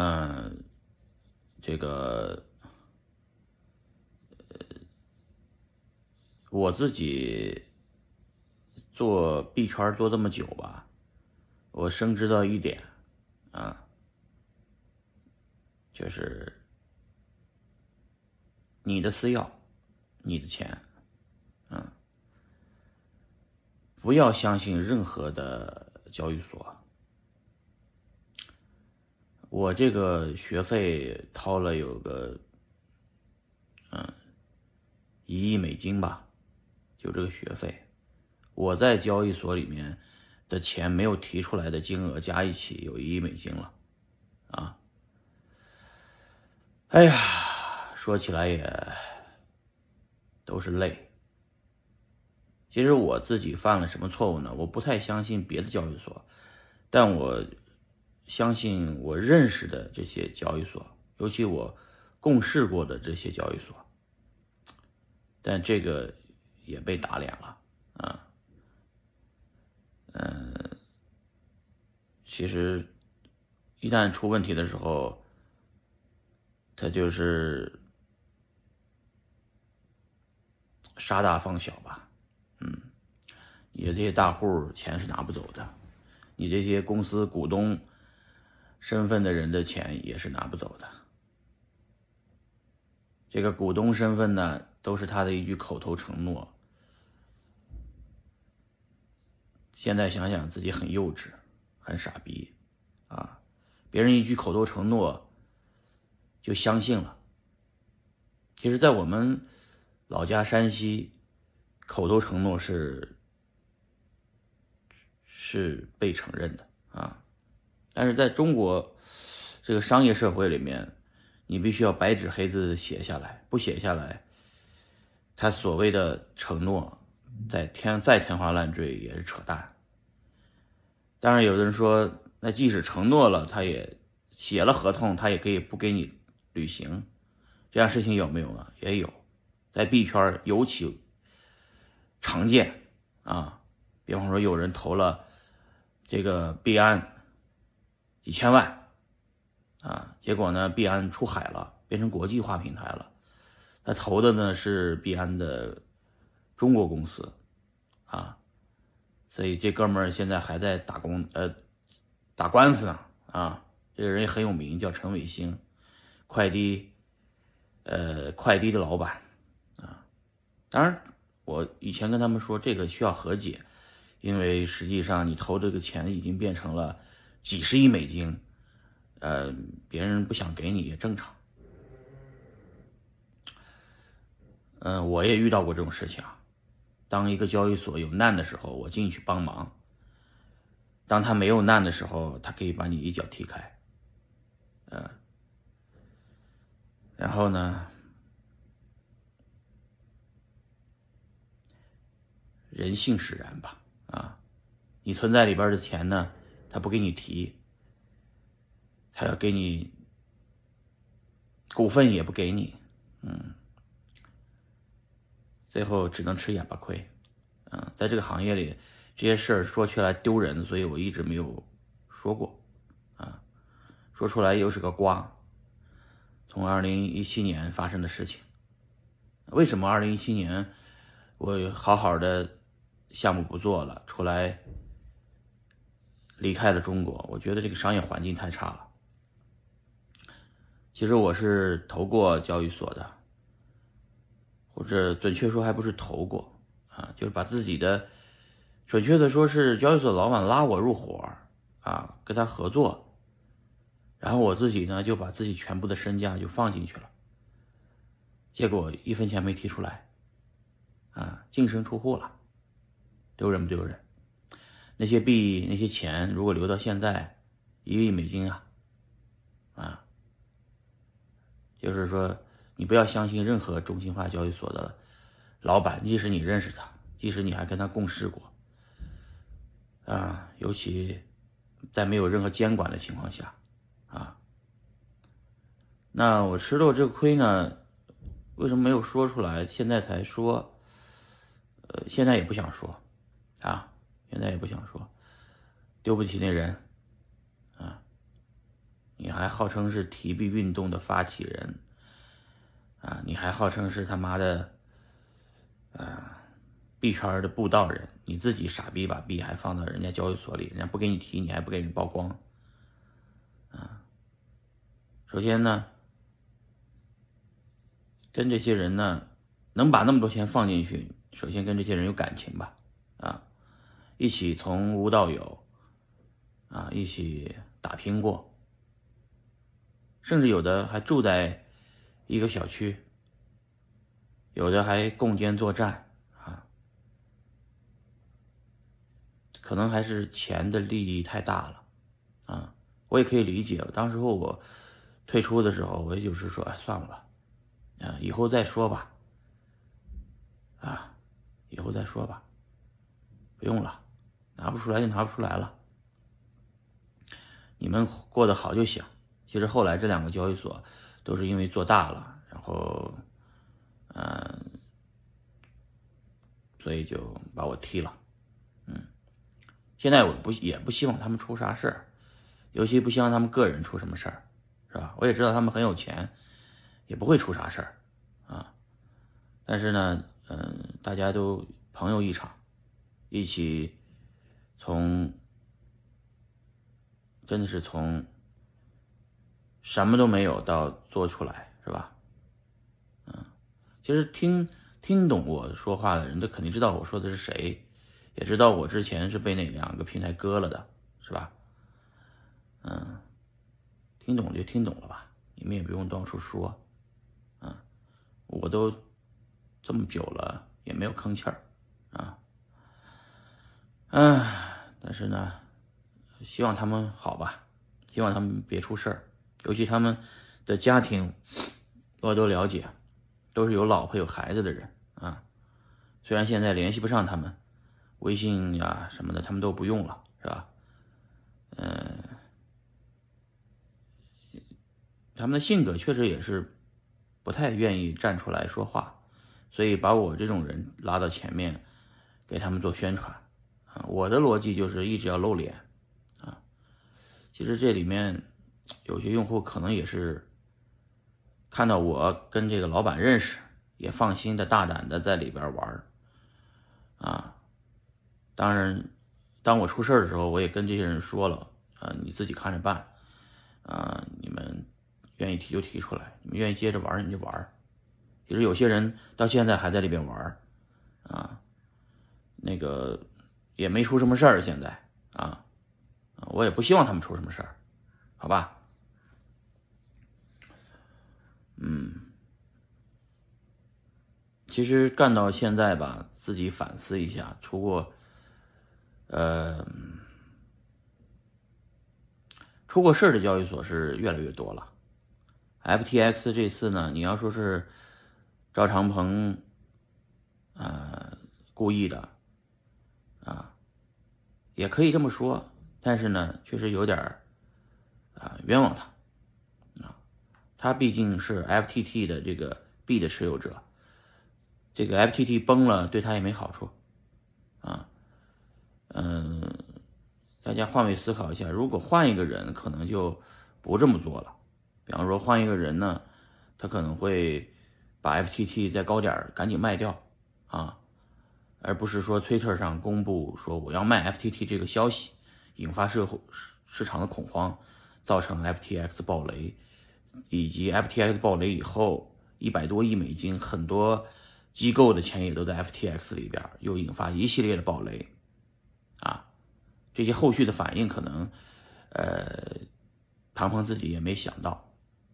这个我自己做币圈做这么久吧，我深知到一点啊，就是你的私钥，你的钱，不要相信任何的交易所。我这个学费掏了有个$1亿吧，就这个学费，我在交易所里面的钱没有提出来的金额加一起有$1亿了啊！哎呀，说起来也都是泪。其实我自己犯了什么错误呢？我不太相信别的交易所，但我相信我认识的这些交易所，尤其我共事过的这些交易所，但这个也被打脸了啊。其实一旦出问题的时候，它就是杀大放小吧。你的这些大户钱是拿不走的，你这些公司股东身份的人的钱也是拿不走的。这个股东身份呢，都是他的一句口头承诺。现在想想自己很幼稚，很傻逼啊！别人一句口头承诺就相信了。其实在我们老家山西，口头承诺是被承认的啊，但是在中国这个商业社会里面，你必须要白纸黑字写下来，不写下来，他所谓的承诺再天花乱坠也是扯淡。当然有人说，那即使承诺了，他也写了合同，他也可以不给你履行，这样事情有没有啊？也有，在币圈尤其常见啊。比方说有人投了这个币安几千万啊，结果呢币安出海了，变成国际化平台了，他投的呢是币安的中国公司啊，所以这哥们儿现在还在打官司呢啊。这个人也很有名，叫陈伟星，快滴的老板啊。当然我以前跟他们说这个需要和解，因为实际上你投这个钱已经变成了几十亿美金，别人不想给你也正常。我也遇到过这种事情啊。当一个交易所有难的时候，我进去帮忙；当他没有难的时候，他可以把你一脚踢开。然后呢，人性使然吧啊，你存在里边的钱呢，他不给你提，他要给你股份也不给你，最后只能吃哑巴亏。在这个行业里，这些事儿说起来丢人，所以我一直没有说过啊，说出来又是个瓜。从2017年发生的事情，为什么2017年我好好的项目不做了，出来离开了中国？我觉得这个商业环境太差了。其实我是投过交易所的，或者准确说还不是投过啊，就是把自己的，准确的说是交易所老板拉我入伙啊，跟他合作，然后我自己呢就把自己全部的身价就放进去了，结果1分钱没提出来啊，净身出户了，丢人不丢人？那些币那些钱如果留到现在$1亿啊，就是说你不要相信任何中心化交易所的老板，即使你认识他，即使你还跟他共事过啊，尤其在没有任何监管的情况下啊。那我吃了这个亏呢，为什么没有说出来？现在才说，现在也不想说啊，现在也不想说，丢不起那人啊。 你还号称是提币运动的发起人啊，你还号称是他妈的币圈的布道人，你自己傻逼把币还放到人家交易所里，人家不给你提，你还不给人曝光啊。首先呢，跟这些人呢能把那么多钱放进去，首先跟这些人有感情吧啊，一起从无到有啊，一起打拼过，甚至有的还住在一个小区，有的还共建作战啊，可能还是钱的利益太大了啊，我也可以理解。当时我退出的时候，我也就是说，算了吧，啊，以后再说吧，啊，以后再说吧，不用了，拿不出来就拿不出来了，你们过得好就行。其实后来这2个交易所都是因为做大了，然后所以就把我踢了。现在我也不希望他们出啥事儿，尤其不希望他们个人出什么事儿，是吧？我也知道他们很有钱，也不会出啥事儿啊。但是呢，大家都朋友一场，一起真的是从什么都没有到做出来，是吧？其实听懂我说话的人都肯定知道我说的是谁，也知道我之前是被那2个平台割了的，是吧？听懂就听懂了吧，你们也不用到处说，我都这么久了也没有吭气儿啊，但是呢，希望他们好吧，希望他们别出事儿，尤其他们的家庭我都了解，都是有老婆有孩子的人啊。虽然现在联系不上他们，微信呀什么的他们都不用了，是吧？他们的性格确实也是不太愿意站出来说话，所以把我这种人拉到前面给他们做宣传啊。我的逻辑就是一直要露脸啊。其实这里面有些用户可能也是看到我跟这个老板认识，也放心的大胆的在里边玩啊。当然当我出事的时候，我也跟这些人说了你自己看着办你们愿意提就提出来，你们愿意接着玩你们就玩。其实有些人到现在还在里边玩那个也没出什么事儿，现在我也不希望他们出什么事儿，好吧？其实干到现在吧，自己反思一下，出过事的交易所是越来越多了。FTX 这次呢，你要说是赵长鹏故意的也可以这么说，但是呢确实有点冤枉他他毕竟是 FTT 的这个币的持有者，这个 FTT 崩了对他也没好处大家换位思考一下，如果换一个人可能就不这么做了。比方说换一个人呢，他可能会把 FTT 在高点赶紧卖掉而不是说 Twitter 上公布说我要卖 FTT 这个消息，引发市场的恐慌，造成 FTX 暴雷，以及 FTX 暴雷以后100多亿美金，很多机构的钱也都在 FTX 里边，又引发一系列的暴雷这些后续的反应可能唐鹏自己也没想到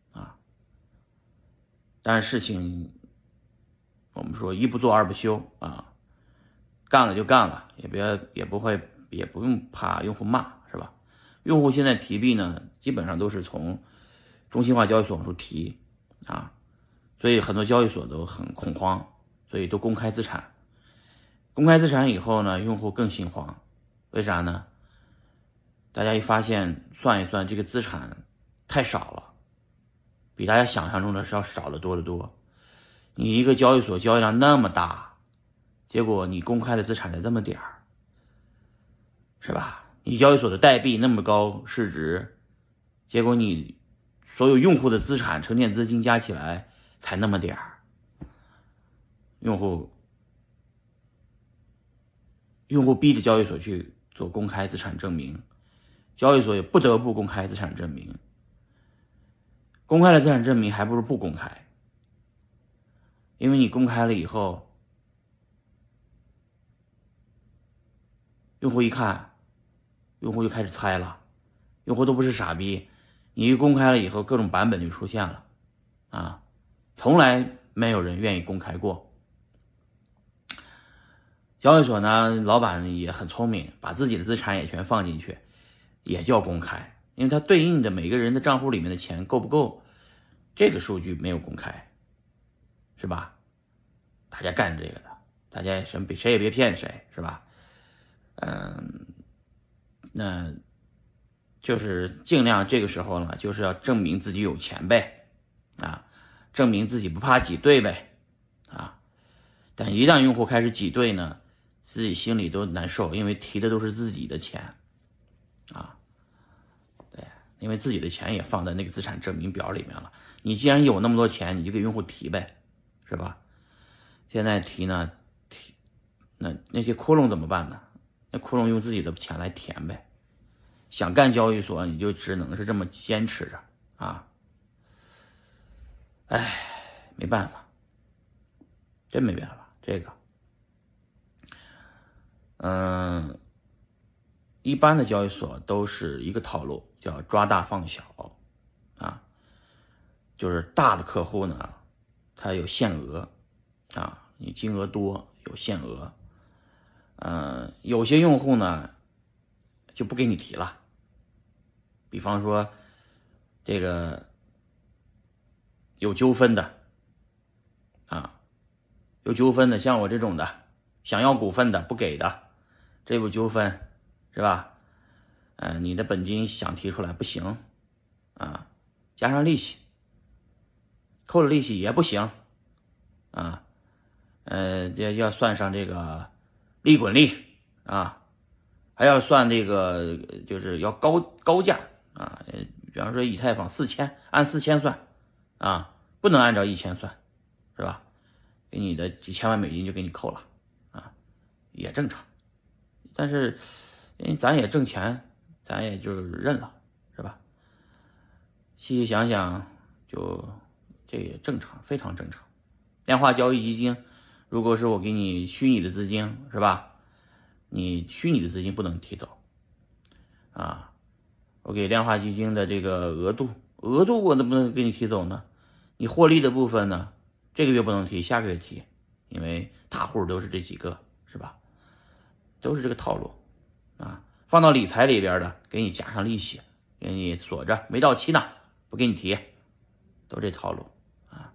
但是事情我们说一不做二不休干了就干了，也不用怕用户骂，是吧？用户现在提币呢，基本上都是从中心化交易所往出提所以很多交易所都很恐慌，所以都公开资产。公开资产以后呢，用户更心慌，为啥呢？大家一发现算一算，这个资产太少了，比大家想象中的是要少得多得多。你一个交易所交易量那么大，结果你公开的资产才这么点儿，是吧？你交易所的代币那么高市值，结果你所有用户的资产、沉淀资金加起来才那么点儿。用户逼着交易所去做公开资产证明，交易所也不得不公开资产证明。公开了资产证明还不如不公开，因为你公开了以后，用户一看，用户就开始猜了，用户都不是傻逼，你一公开了以后，各种版本就出现了啊，从来没有人愿意公开过。交易所呢，老板也很聪明，把自己的资产也全放进去，也叫公开，因为它对应的每个人的账户里面的钱够不够，这个数据没有公开，是吧？大家干这个的，大家谁也别骗谁，是吧？那就是尽量这个时候呢，就是要证明自己有钱呗，啊，证明自己不怕挤兑呗，啊，但一旦用户开始挤兑呢，自己心里都难受，因为提的都是自己的钱，啊，对，因为自己的钱也放在那个资产证明表里面了，你既然有那么多钱，你就给用户提呗，是吧？现在提呢，那些窟窿怎么办呢？那窟窿用自己的钱来填呗。想干交易所，你就只能是这么坚持着啊！哎，没办法，真没办法。这个，一般的交易所都是一个套路，叫抓大放小啊，就是大的客户呢，它有限额啊，你金额多有限额，有些用户呢就不给你提了，比方说这个有纠纷的啊，有纠纷的，像我这种的想要股份的不给的，这有纠纷是吧？你的本金想提出来不行啊，加上利息，扣了利息也不行啊，要算上这个利滚利啊，还要算这个就是要高价啊，比方说以太坊4000，按4000算啊，不能按照1000算，是吧？给你的几千万美金就给你扣了啊，也正常。但是因为咱也挣钱，咱也就认了，是吧？细细想想，就这也正常，非常正常。量化交易基金，如果是我给你虚拟的资金，是吧？你虚拟的资金不能提走啊，我给量化基金的这个额度我怎么能给你提走呢？你获利的部分呢，这个月不能提，下个月提，因为大户都是这几个，是吧？都是这个套路啊。放到理财里边的，给你加上利息，给你锁着，没到期呢，不给你提，都这套路啊。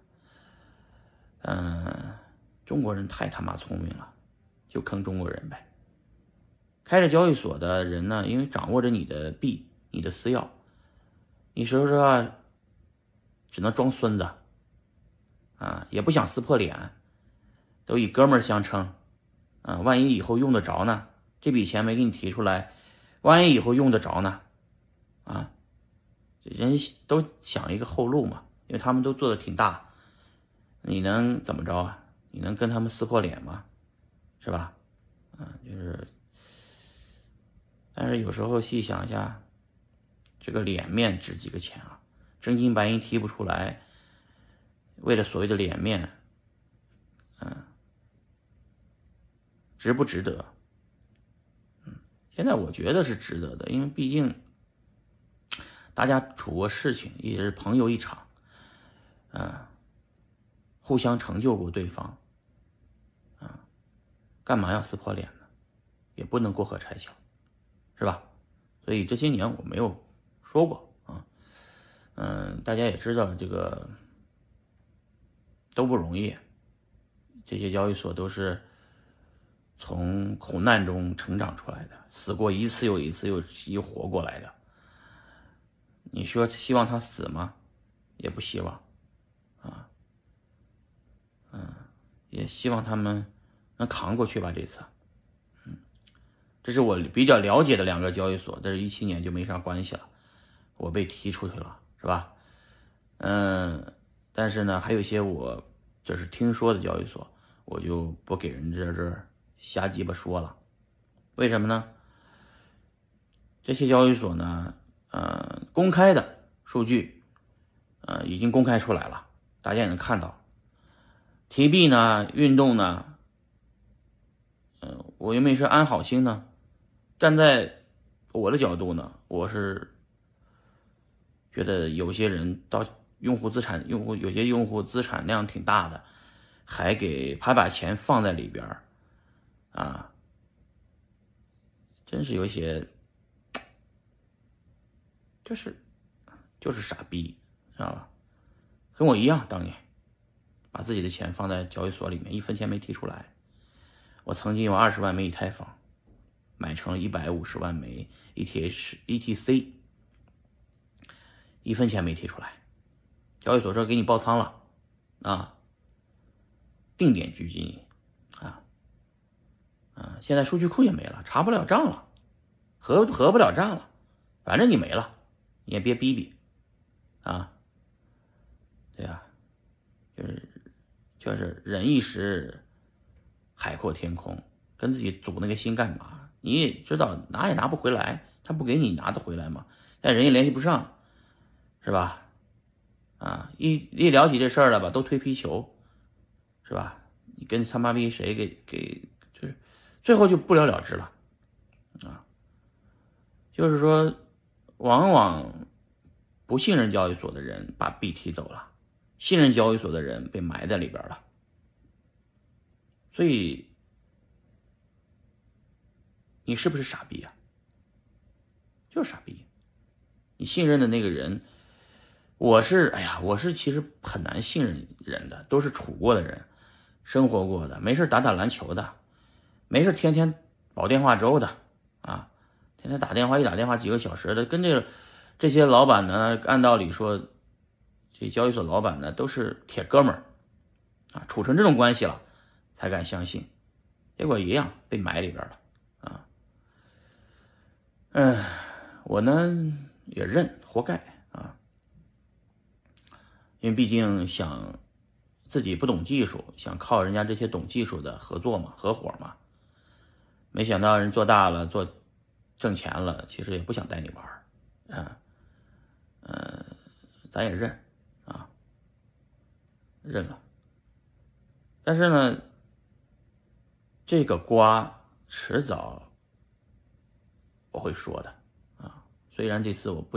中国人太他妈聪明了，就坑中国人呗。开着交易所的人呢，因为掌握着你的币、你的私钥，你说实话，只能装孙子啊，也不想撕破脸，都以哥们儿相称啊。万一以后用得着呢？这笔钱没给你提出来，万一以后用得着呢？啊，人都想一个后路嘛，因为他们都做的挺大，你能怎么着啊？你能跟他们撕破脸吗？是吧？就是。但是有时候细想一下，这个脸面值几个钱啊？真金白银提不出来，为了所谓的脸面，值不值得？现在我觉得是值得的，因为毕竟大家处过事情，也是朋友一场，互相成就过对方，干嘛要撕破脸呢？也不能过河拆桥。是吧？所以这些年我没有说过啊，大家也知道这个都不容易，这些交易所都是从苦难中成长出来的，死过一次又一次又活过来的。你说希望他死吗？也不希望啊，也希望他们能扛过去吧，这次。这是我比较了解的2个交易所，但是17年就没啥关系了，我被踢出去了，是吧？ 但是呢，还有一些我就是听说的交易所，我就不给人这儿瞎鸡巴说了。为什么呢？这些交易所呢，公开的数据，已经公开出来了，大家也能看到。提币呢，运动呢，我因为是安好心呢，站在我的角度呢，我是觉得有些人到有些用户资产量挺大的，还把钱放在里边啊，真是有些就是傻逼，知道吧？跟我一样，当年把自己的钱放在交易所里面，1分钱没提出来。我曾经有20万枚以太坊，买成了150万枚 ETC， 1分钱没提出来。交易所说给你爆仓了啊，定点狙击你现在数据库也没了，查不了账了，合不了账了，反正你没了，你也别逼逼对啊，就是忍一时海阔天空，跟自己赌那个心干嘛？你也知道拿也拿不回来，他不给你拿得回来吗？但人也联系不上，是吧？一聊起这事儿了吧，都推皮球，是吧？你跟他妈逼谁就是最后就不了了之了就是说，往往不信任交易所的人把币提走了，信任交易所的人被埋在里边了。所以你是不是傻逼啊？就是傻逼。你信任的那个人，我是其实很难信任人的，都是处过的人，生活过的，没事打篮球的，没事天天煲电话粥的天天打电话几个小时的，跟这些老板呢，按道理说，这交易所老板呢都是铁哥们儿处成这种关系了，才敢相信，结果一样被埋里边了我呢也认，活该因为毕竟想自己不懂技术，想靠人家这些懂技术的合伙嘛，没想到人做大了，挣钱了，其实也不想带你玩咱也认认了。但是呢，这个瓜迟早我会说的虽然这次我不